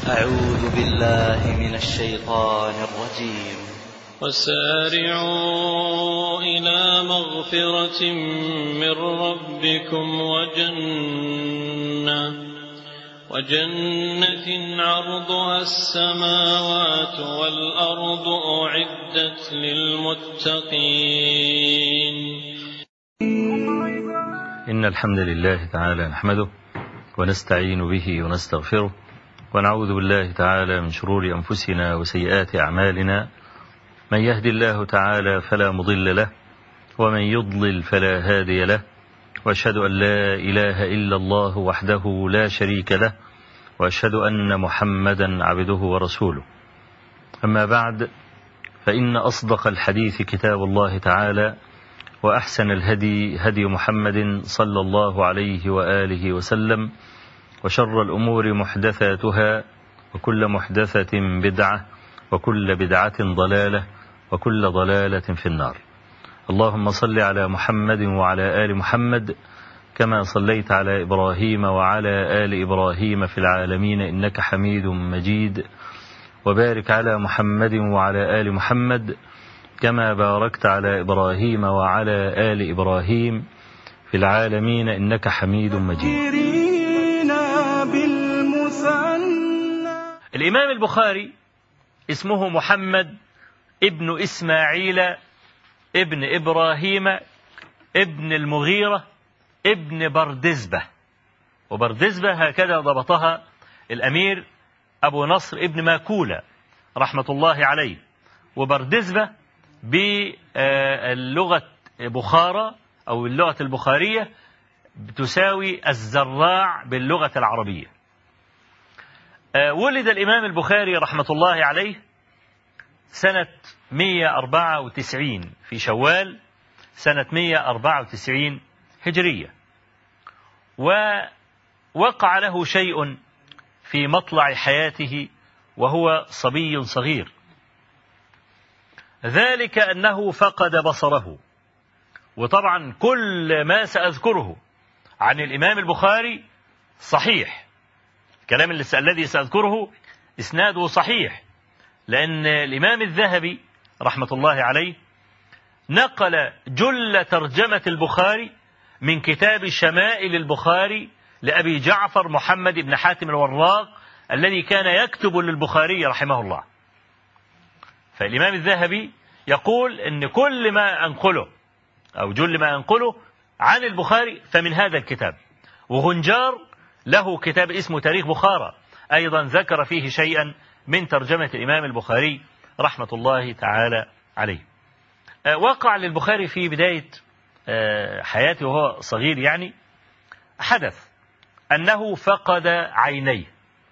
أعوذ بالله من الشيطان الرجيم. وسارعوا إلى مغفرة من ربكم وجنة عرضها السماوات والأرض أعدت للمتقين. إن الحمد لله تعالى نحمده ونستعين به ونستغفره ونعوذ بالله تعالى من شرور أنفسنا وسيئات أعمالنا. من يهدي الله تعالى فلا مضل له ومن يضلل فلا هادي له، وأشهد أن لا إله إلا الله وحده لا شريك له، وأشهد أن محمدا عبده ورسوله. أما بعد، فإن أصدق الحديث كتاب الله تعالى، وأحسن الهدي هدي محمد صلى الله عليه وآله وسلم، وشر الأمور محدثاتها، وكل محدثة بدعة، وكل بدعة ضلالة، وكل ضلالة في النار. اللهم صل على محمد وعلى آل محمد كما صليت على إبراهيم وعلى آل إبراهيم في العالمين إنك حميد مجيد، وبارك على محمد وعلى آل محمد كما باركت على إبراهيم وعلى آل إبراهيم في العالمين إنك حميد مجيد. الإمام البخاري اسمه محمد ابن إسماعيل ابن إبراهيم ابن المغيرة ابن بردزبة، وبردزبة هكذا ضبطها الأمير أبو نصر ابن ماكولة رحمة الله عليه. وبردزبة باللغة بخارى أو اللغة البخارية تساوي الزراع باللغة العربية. ولد الإمام البخاري رحمة الله عليه سنة 194 في شوال سنة 194 هجرية، ووقع له شيء في مطلع حياته وهو صبي صغير، ذلك أنه فقد بصره. وطبعا كل ما سأذكره عن الإمام البخاري صحيح، الكلام الذي سأذكره إسناده صحيح، لأن الإمام الذهبي رحمة الله عليه نقل جل ترجمة البخاري من كتاب شمائل البخاري لأبي جعفر محمد بن حاتم الوراق الذي كان يكتب للبخاري رحمه الله. فالإمام الذهبي يقول إن كل ما أنقله أو جل ما أنقله عن البخاري فمن هذا الكتاب. وهنجار له كتاب اسمه تاريخ بخارى أيضا ذكر فيه شيئا من ترجمة الإمام البخاري رحمة الله تعالى عليه. وقع للبخاري في بداية حياته وهو صغير يعني حدث أنه فقد عينيه،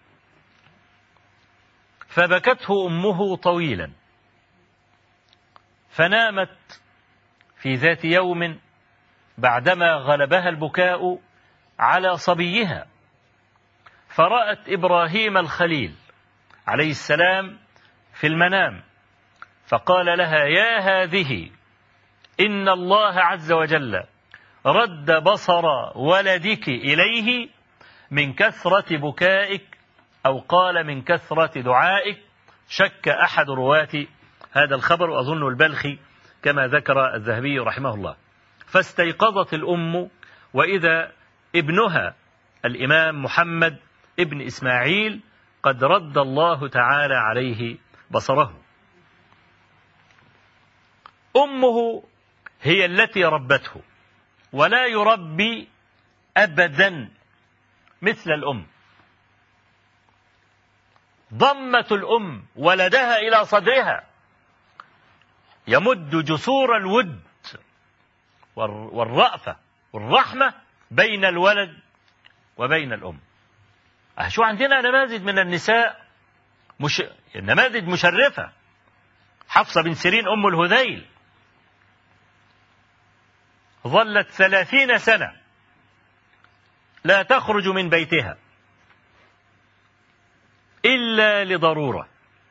فبكته أمه طويلا، فنامت في ذات يوم بعدما غلبها البكاء على صبيها، فرأت إبراهيم الخليل عليه السلام في المنام، فقال لها: يا هذه، إن الله عز وجل رد بصر ولدك إليه من كثرة بكائك، أو قال من كثرة دعائك. شك أحد رواة هذا الخبر، وأظن البلخي كما ذكر الذهبي رحمه الله. فاستيقظت الأم وإذا ابنها الإمام محمد ابن إسماعيل قد رد الله تعالى عليه بصره. أمه هي التي ربته، ولا يربي أبدا مثل الأم. ضمت الأم ولدها إلى صدرها، يمد جسور الود والرأفة والرحمة بين الولد وبين الأم. شو عندنا نماذج من النساء نماذج مشرفة. حفصة بن سيرين أم الهذيل ظلت 30 سنة لا تخرج من بيتها إلا لضرورة،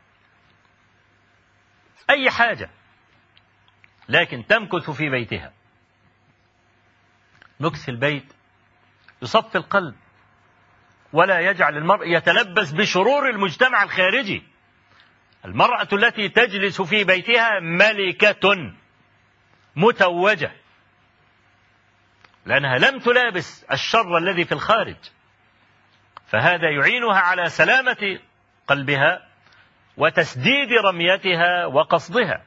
أي حاجة، لكن تمكث في بيتها. مكث البيت يصفي القلب ولا يجعل المرء يتلبس بشرور المجتمع الخارجي. المرأة التي تجلس في بيتها ملكة متوجة، لأنها لم تلابس الشر الذي في الخارج، فهذا يعينها على سلامة قلبها وتسديد رميتها وقصدها.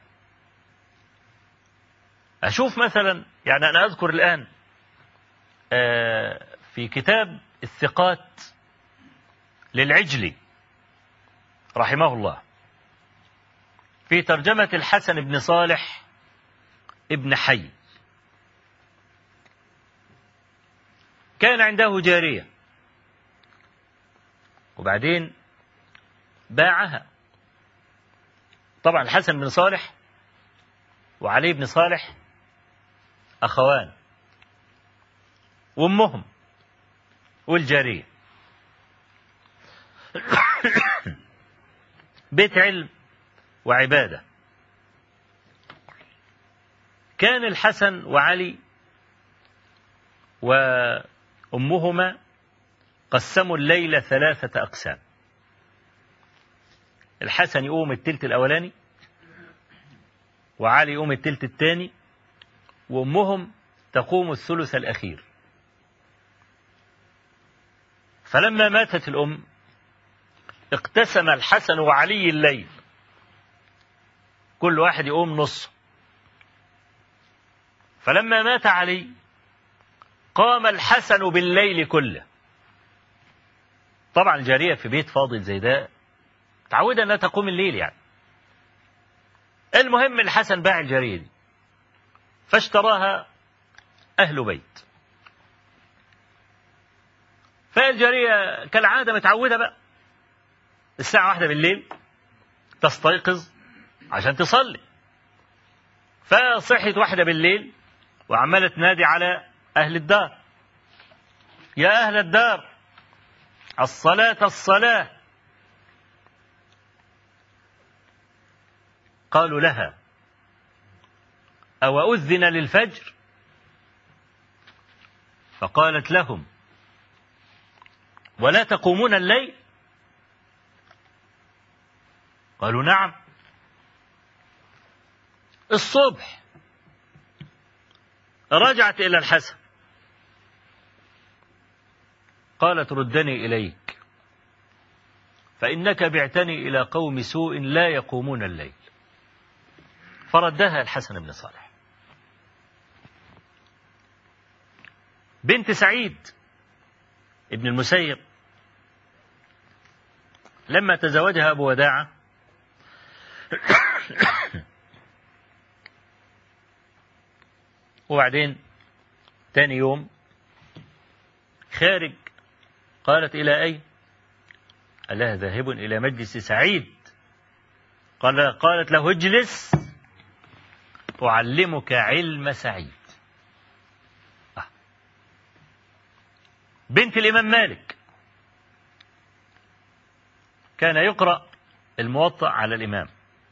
أشوف مثلا، يعني أنا أذكر الآن في كتاب الثقات للعجلي رحمه الله في ترجمة الحسن بن صالح ابن حي، كان عنده جارية وبعدين باعها. طبعا الحسن بن صالح وعلي بن صالح أخوان وأمهم والجارية بيت علم وعبادة. كان الحسن وعلي وأمهما قسموا الليل 3 أقسام. الحسن يقوم التلت الأولاني، وعلي يقوم التلت الثاني، وأمهم تقوم الثلث الأخير. فلما ماتت الأم اقتسم الحسن وعلي الليل، كل واحد يقوم نص. فلما مات علي قام الحسن بالليل كله. طبعا الجارية في بيت فاضل زي ده تعودة أنها تقوم الليل يعني. المهم الحسن باع الجارية دي فاشتراها أهل بيت. فالجارية كالعادة متعودة بقى الساعة 1 بالليل تستيقظ عشان تصلي. فصحت 1 بالليل وعمالة تنادي على أهل الدار: يا أهل الدار الصلاة الصلاة. قالوا لها: أو أذن للفجر؟ فقالت لهم: ولا تقومون الليل؟ قالوا: نعم. الصبح رجعت إلى الحسن قالت: ردني إليك، فإنك بعتني إلى قوم سوء لا يقومون الليل. فردها الحسن بن صالح. بنت سعيد ابن المسيب لما تزوجها أبو وداعة وبعدين تاني يوم خارج، قالت: إلى أين؟ قال لها: ذاهب إلى مجلس سعيد. قالت له: اجلس أعلمك علم سعيد. بنت الإمام مالك كان يقرأ الموطأ على الإمام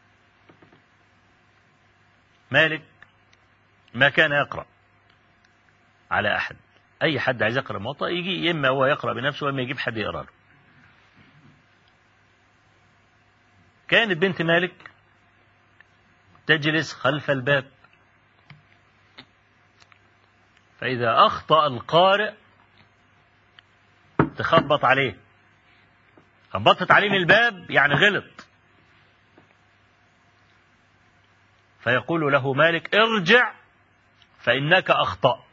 مالك، ما كان يقرأ على أحد. أي حد عايز يقرأ الموطأ يجي، إما هو يقرأ بنفسه وإما يجيب حد يقرأ له. كانت بنت مالك تجلس خلف الباب، فإذا أخطأ القارئ تخبط عليه. خبطت عليه من الباب يعني غلط، فيقول له مالك: ارجع فإنك أخطأت،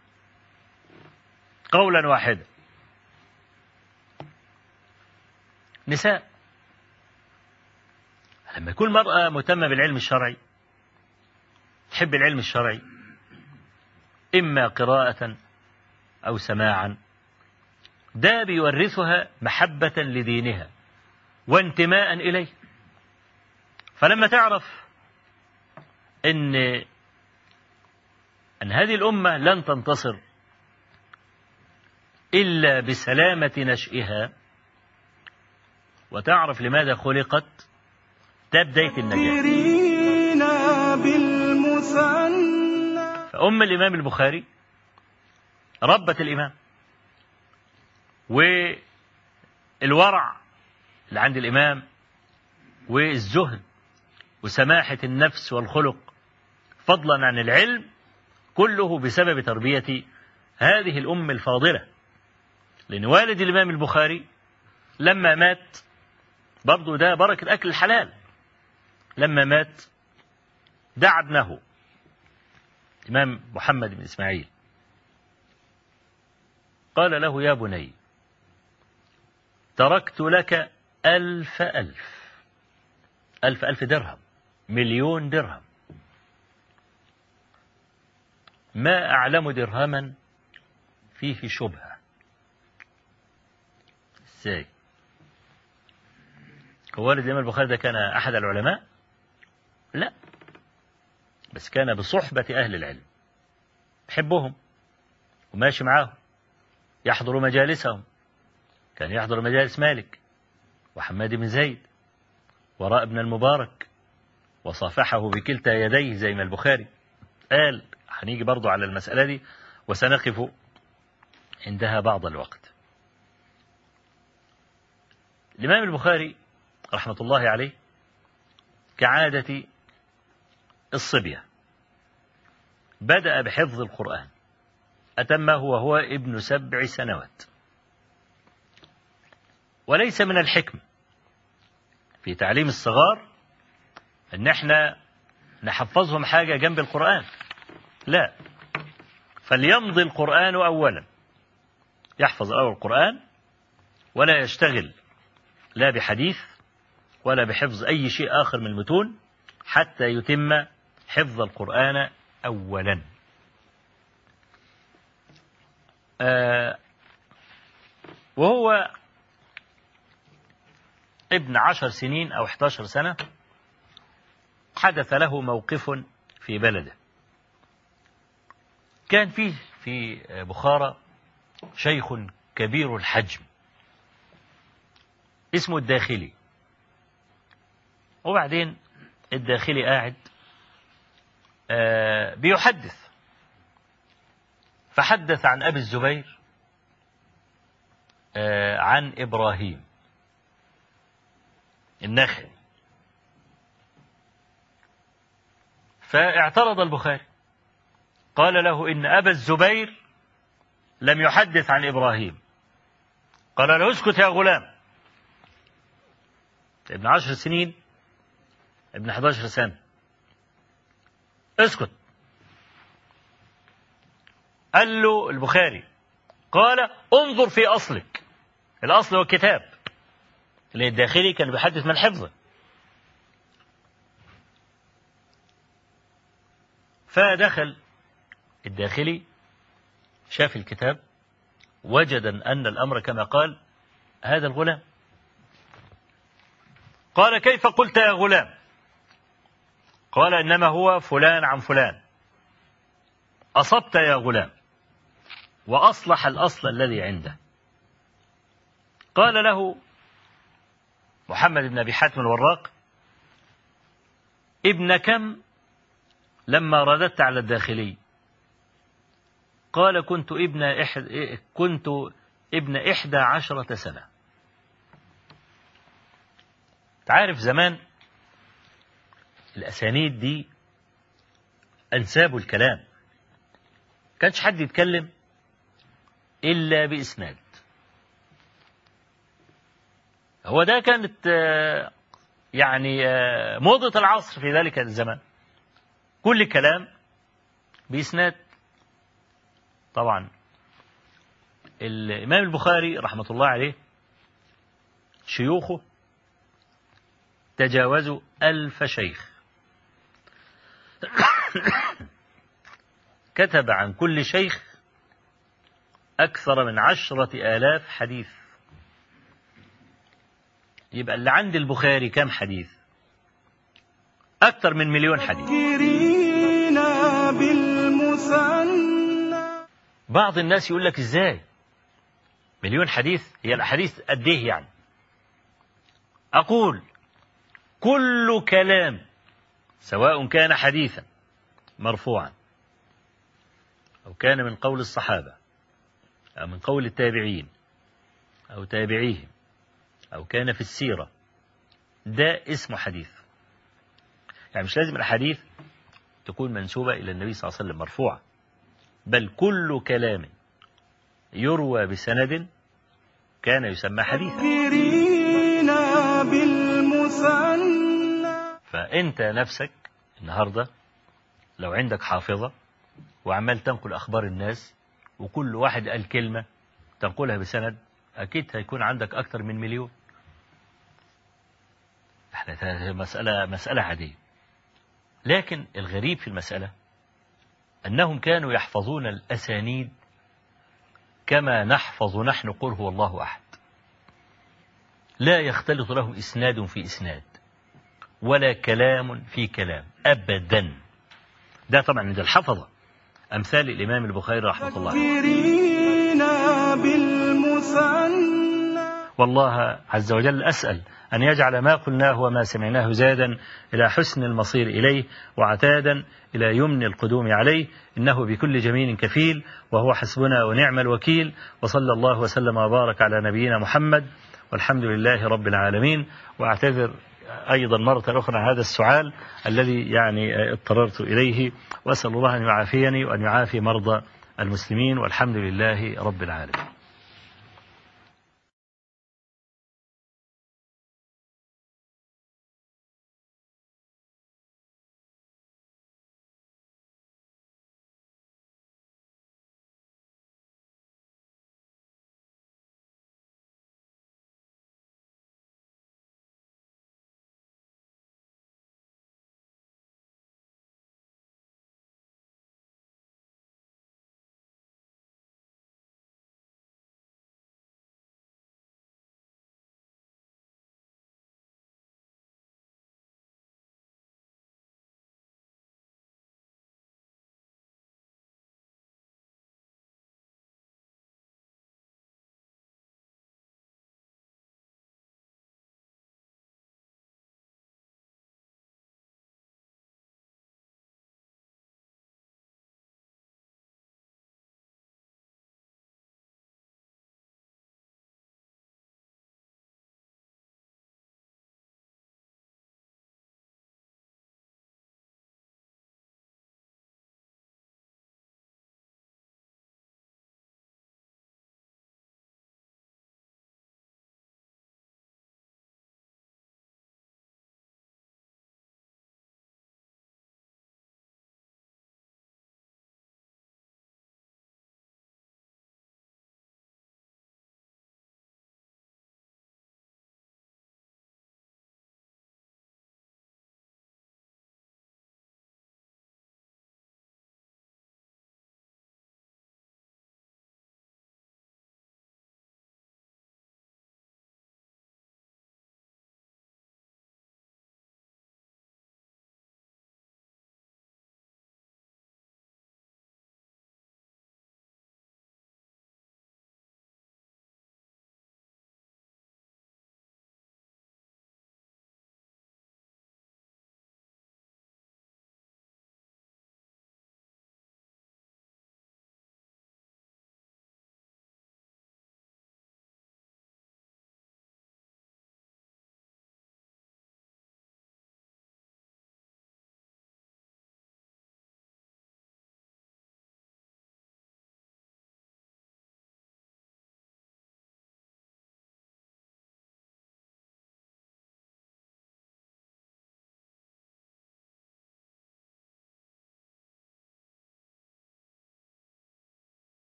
قولا واحدا. نساء لما يكون مرأة مهتمة بالعلم الشرعي، تحب العلم الشرعي إما قراءة أو سماعا، ده بيورثها محبة لدينها وانتماء إليه. فلما تعرف أن هذه الأمة لن تنتصر إلا بسلامة نشئها، وتعرف لماذا خلقت، ده بداية النجاة. فأم الإمام البخاري ربت الإمام الورع اللي عند الإمام والزهد وسماحة النفس والخلق فضلا عن العلم، كله بسبب تربية هذه الأم الفاضلة. لأن والد الإمام البخاري لما مات، برضو ده بركة أكل الحلال، لما مات دعا ابنه الإمام محمد بن إسماعيل، قال له: يا بني، تركت لك 1000 درهم، 1,000,000 درهم، ما أعلم درهما فيه شبهة. ازاي؟ هو والد الإمام البخاري ده كان أحد العلماء؟ لا، بس كان بصحبة أهل العلم، يحبهم وماشي معاهم، يحضر مجالسهم، كان يحضر مجالس مالك وحماد بن زيد وراء ابن المبارك، وصافحه بكلتا يديه زي ما البخاري قال. هنيجي برضو على المسألة دي وسنقف عندها بعض الوقت. الإمام البخاري رحمة الله عليه كعادة الصبية بدأ بحفظ القرآن، أتمه وهو ابن 7 سنوات. وليس من الحكم في تعليم الصغار أن احنا نحفظهم حاجة جنب القرآن، لا، فليمضي القرآن أولا، يحفظ الأول القرآن ولا يشتغل لا بحديث ولا بحفظ أي شيء آخر من المتون حتى يتم حفظ القرآن أولا. وهو ابن 10 سنين أو 11 سنة حدث له موقف في بلده. كان فيه في بخارى شيخ كبير الحجم اسمه الداخلي، وبعدين الداخلي قاعد بيحدث، فحدث عن أبي الزبير عن إبراهيم النخعي، فاعترض البخاري، قال له: إن أبا الزبير لم يحدث عن إبراهيم. قال له: اسكت يا غلام، ابن 10 سنين، ابن 11 سنة، اسكت. قال له البخاري، قال: انظر في أصلك، الأصل هو الكتاب، اللي الداخلي كان بيحدث من حفظه. فدخل الداخلي شاف الكتاب، وجد أن الأمر كما قال هذا الغلام. قال: كيف قلت يا غلام؟ قال: إنما هو فلان عن فلان. أصبت يا غلام، وأصلح الأصل الذي عنده. قال له محمد بن أبي حاتم الوراق: ابن كم لما رددت على الداخلي؟ قال: كنت ابن 11 سنة. تعرف زمان الأسانيد دي أنساب الكلام، كانش حد يتكلم إلا بإسناد. هو ده كانت يعني موضة العصر في ذلك الزمان، كل كلام بإسناد. طبعا الإمام البخاري رحمة الله عليه شيوخه تجاوزوا 1000 شيخ، كتب عن كل شيخ أكثر من 10,000 حديث. يبقى اللي عند البخاري كم حديث؟ أكثر من 1,000,000 حديث. بعض الناس يقول لك إزاي 1,000,000 حديث؟ هي الأحاديث قد إيه يعني؟ أقول: كل كلام سواء كان حديثا مرفوعا أو كان من قول الصحابة أو من قول التابعين أو تابعيهم أو كان في السيرة، ده اسمه حديث. يعني مش لازم الحديث تكون منسوبة إلى النبي صلى الله عليه وسلم مرفوعة، بل كل كلام يروى بسند كان يسمى حديثا. فأنت نفسك النهاردة لو عندك حافظة وعمال تنقل أخبار الناس، وكل واحد قال كلمة تنقلها بسند، أكيد هيكون عندك أكثر من 1,000,000. مسألة عادية. لكن الغريب في المسألة أنهم كانوا يحفظون الأسانيد كما نحفظ نحن قل هو الله أحد، لا يختلط لهم إسناد في إسناد ولا كلام في كلام أبدا. ده طبعا عند الحفظة أمثال الإمام البخاري رحمه الله. والله عز وجل أسأل أن يجعل ما قلناه وما سمعناه زادا إلى حسن المصير إليه، وعتادا إلى يمن القدوم عليه، إنه بكل جميل كفيل، وهو حسبنا ونعم الوكيل. وصلى الله وسلم وبارك على نبينا محمد، والحمد لله رب العالمين. وأعتذر أيضا مرة أخرى عن هذا السؤال الذي يعني اضطررت إليه، وأسأل الله أن يعافيني وأن يعافي مرضى المسلمين، والحمد لله رب العالمين.